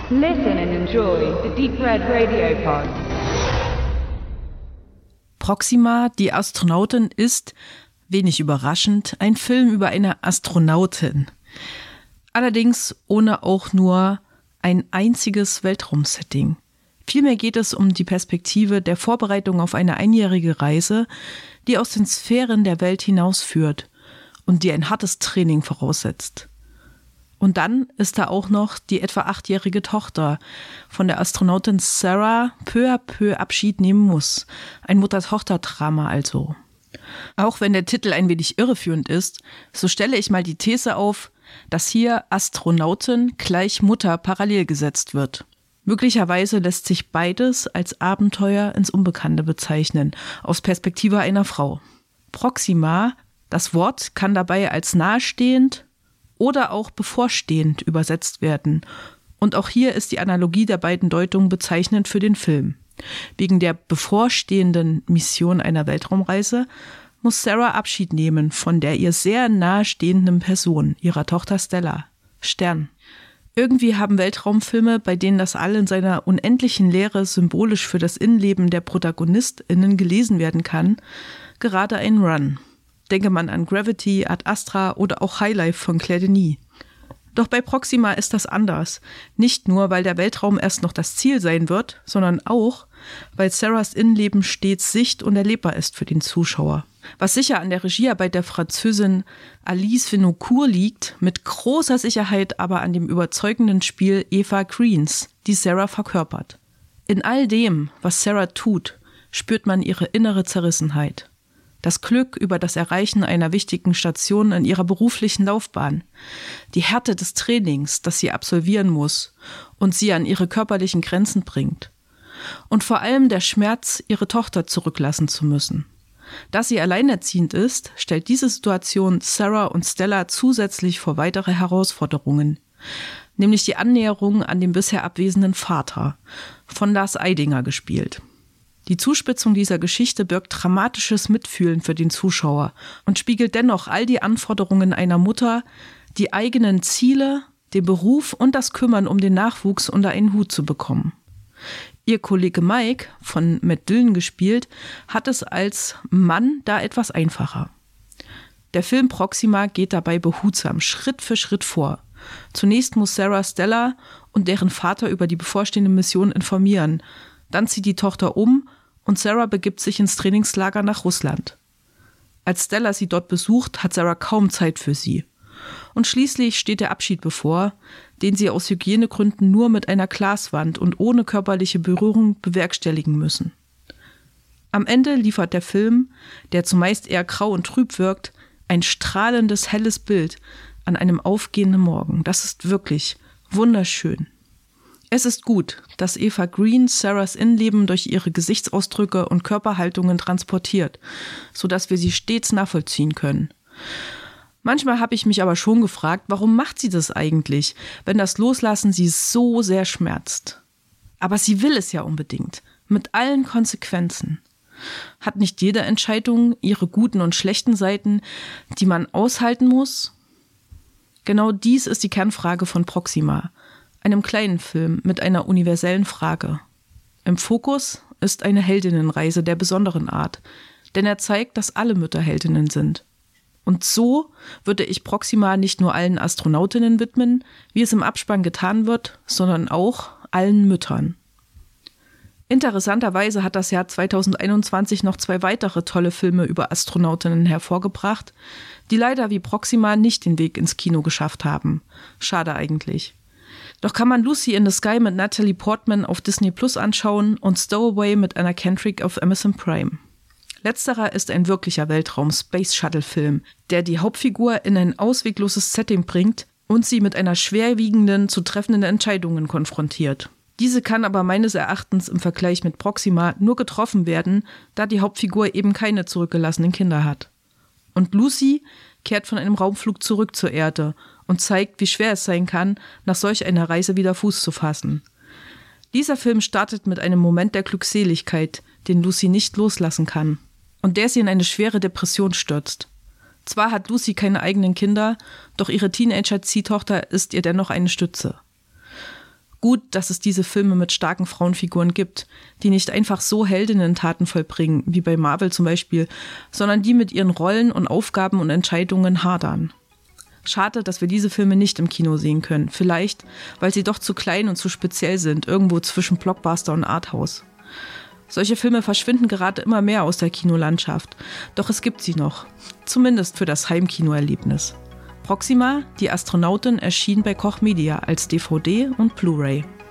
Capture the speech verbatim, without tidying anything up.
Listen and enjoy the Deep Red Radio Pod. Proxima, die Astronautin, ist, wenig überraschend, ein Film über eine Astronautin. Allerdings ohne auch nur ein einziges Weltraumsetting. Vielmehr geht es um die Perspektive der Vorbereitung auf eine einjährige Reise, die aus den Sphären der Welt hinausführt und die ein hartes Training voraussetzt. Und dann ist da auch noch die etwa achtjährige Tochter, von der Astronautin Sarah peu à peu Abschied nehmen muss. Ein Mutter-Tochter-Drama also. Auch wenn der Titel ein wenig irreführend ist, so stelle ich mal die These auf, dass hier Astronautin gleich Mutter parallel gesetzt wird. Möglicherweise lässt sich beides als Abenteuer ins Unbekannte bezeichnen, aus Perspektive einer Frau. Proxima, das Wort kann dabei als nahestehend oder auch bevorstehend übersetzt werden. Und auch hier ist die Analogie der beiden Deutungen bezeichnend für den Film. Wegen der bevorstehenden Mission einer Weltraumreise muss Sarah Abschied nehmen von der ihr sehr nahestehenden Person, ihrer Tochter Stella. Stern. Irgendwie haben Weltraumfilme, bei denen das All in seiner unendlichen Leere symbolisch für das Innenleben der ProtagonistInnen gelesen werden kann, gerade einen Run. Denke man an Gravity, Ad Astra oder auch Highlife von Claire Denis. Doch bei Proxima ist das anders. Nicht nur, weil der Weltraum erst noch das Ziel sein wird, sondern auch, weil Sarahs Innenleben stets sicht- und erlebbar ist für den Zuschauer. Was sicher an der Regiearbeit der Französin Alice Vinocourt liegt, mit großer Sicherheit aber an dem überzeugenden Spiel Eva Greens, die Sarah verkörpert. In all dem, was Sarah tut, spürt man ihre innere Zerrissenheit. Das Glück über das Erreichen einer wichtigen Station in ihrer beruflichen Laufbahn, die Härte des Trainings, das sie absolvieren muss und sie an ihre körperlichen Grenzen bringt. Und vor allem der Schmerz, ihre Tochter zurücklassen zu müssen. Da sie alleinerziehend ist, stellt diese Situation Sarah und Stella zusätzlich vor weitere Herausforderungen, nämlich die Annäherung an den bisher abwesenden Vater, von Lars Eidinger gespielt. Die Zuspitzung dieser Geschichte birgt dramatisches Mitfühlen für den Zuschauer und spiegelt dennoch all die Anforderungen einer Mutter, die eigenen Ziele, den Beruf und das Kümmern um den Nachwuchs unter einen Hut zu bekommen. Ihr Kollege Mike, von Matt Dillon gespielt, hat es als Mann da etwas einfacher. Der Film Proxima geht dabei behutsam, Schritt für Schritt vor. Zunächst muss Sarah Stella und deren Vater über die bevorstehende Mission informieren. Dann zieht die Tochter um und Sarah begibt sich ins Trainingslager nach Russland. Als Stella sie dort besucht, hat Sarah kaum Zeit für sie. Und schließlich steht der Abschied bevor, den sie aus Hygienegründen nur mit einer Glaswand und ohne körperliche Berührung bewerkstelligen müssen. Am Ende liefert der Film, der zumeist eher grau und trüb wirkt, ein strahlendes, helles Bild an einem aufgehenden Morgen. Das ist wirklich wunderschön. Es ist gut, dass Eva Green Sarahs Innenleben durch ihre Gesichtsausdrücke und Körperhaltungen transportiert, sodass wir sie stets nachvollziehen können. Manchmal habe ich mich aber schon gefragt, warum macht sie das eigentlich, wenn das Loslassen sie so sehr schmerzt? Aber sie will es ja unbedingt, mit allen Konsequenzen. Hat nicht jede Entscheidung ihre guten und schlechten Seiten, die man aushalten muss? Genau dies ist die Kernfrage von Proxima, einem kleinen Film mit einer universellen Frage. Im Fokus ist eine Heldinnenreise der besonderen Art, denn er zeigt, dass alle Mütter Heldinnen sind. Und so würde ich Proxima nicht nur allen Astronautinnen widmen, wie es im Abspann getan wird, sondern auch allen Müttern. Interessanterweise hat das Jahr zweitausendeinundzwanzig noch zwei weitere tolle Filme über Astronautinnen hervorgebracht, die leider wie Proxima nicht den Weg ins Kino geschafft haben. Schade eigentlich. Doch kann man Lucy in the Sky mit Natalie Portman auf Disney Plus anschauen und Stowaway mit Anna Kendrick auf Amazon Prime. Letzterer ist ein wirklicher Weltraum-Space-Shuttle-Film, der die Hauptfigur in ein auswegloses Setting bringt und sie mit einer schwerwiegenden, zu treffenden Entscheidungen konfrontiert. Diese kann aber meines Erachtens im Vergleich mit Proxima nur getroffen werden, da die Hauptfigur eben keine zurückgelassenen Kinder hat. Und Lucy kehrt von einem Raumflug zurück zur Erde und zeigt, wie schwer es sein kann, nach solch einer Reise wieder Fuß zu fassen. Dieser Film startet mit einem Moment der Glückseligkeit, den Lucy nicht loslassen kann und der sie in eine schwere Depression stürzt. Zwar hat Lucy keine eigenen Kinder, doch ihre Teenager-Ziehtochter ist ihr dennoch eine Stütze. Gut, dass es diese Filme mit starken Frauenfiguren gibt, die nicht einfach so Heldinnen-Taten vollbringen, wie bei Marvel zum Beispiel, sondern die mit ihren Rollen und Aufgaben und Entscheidungen hadern. Schade, dass wir diese Filme nicht im Kino sehen können. Vielleicht, weil sie doch zu klein und zu speziell sind, irgendwo zwischen Blockbuster und Arthouse. Solche Filme verschwinden gerade immer mehr aus der Kinolandschaft. Doch es gibt sie noch. Zumindest für das Heimkinoerlebnis. Proxima, die Astronautin, erschien bei Koch Media als D V D und Blu-ray.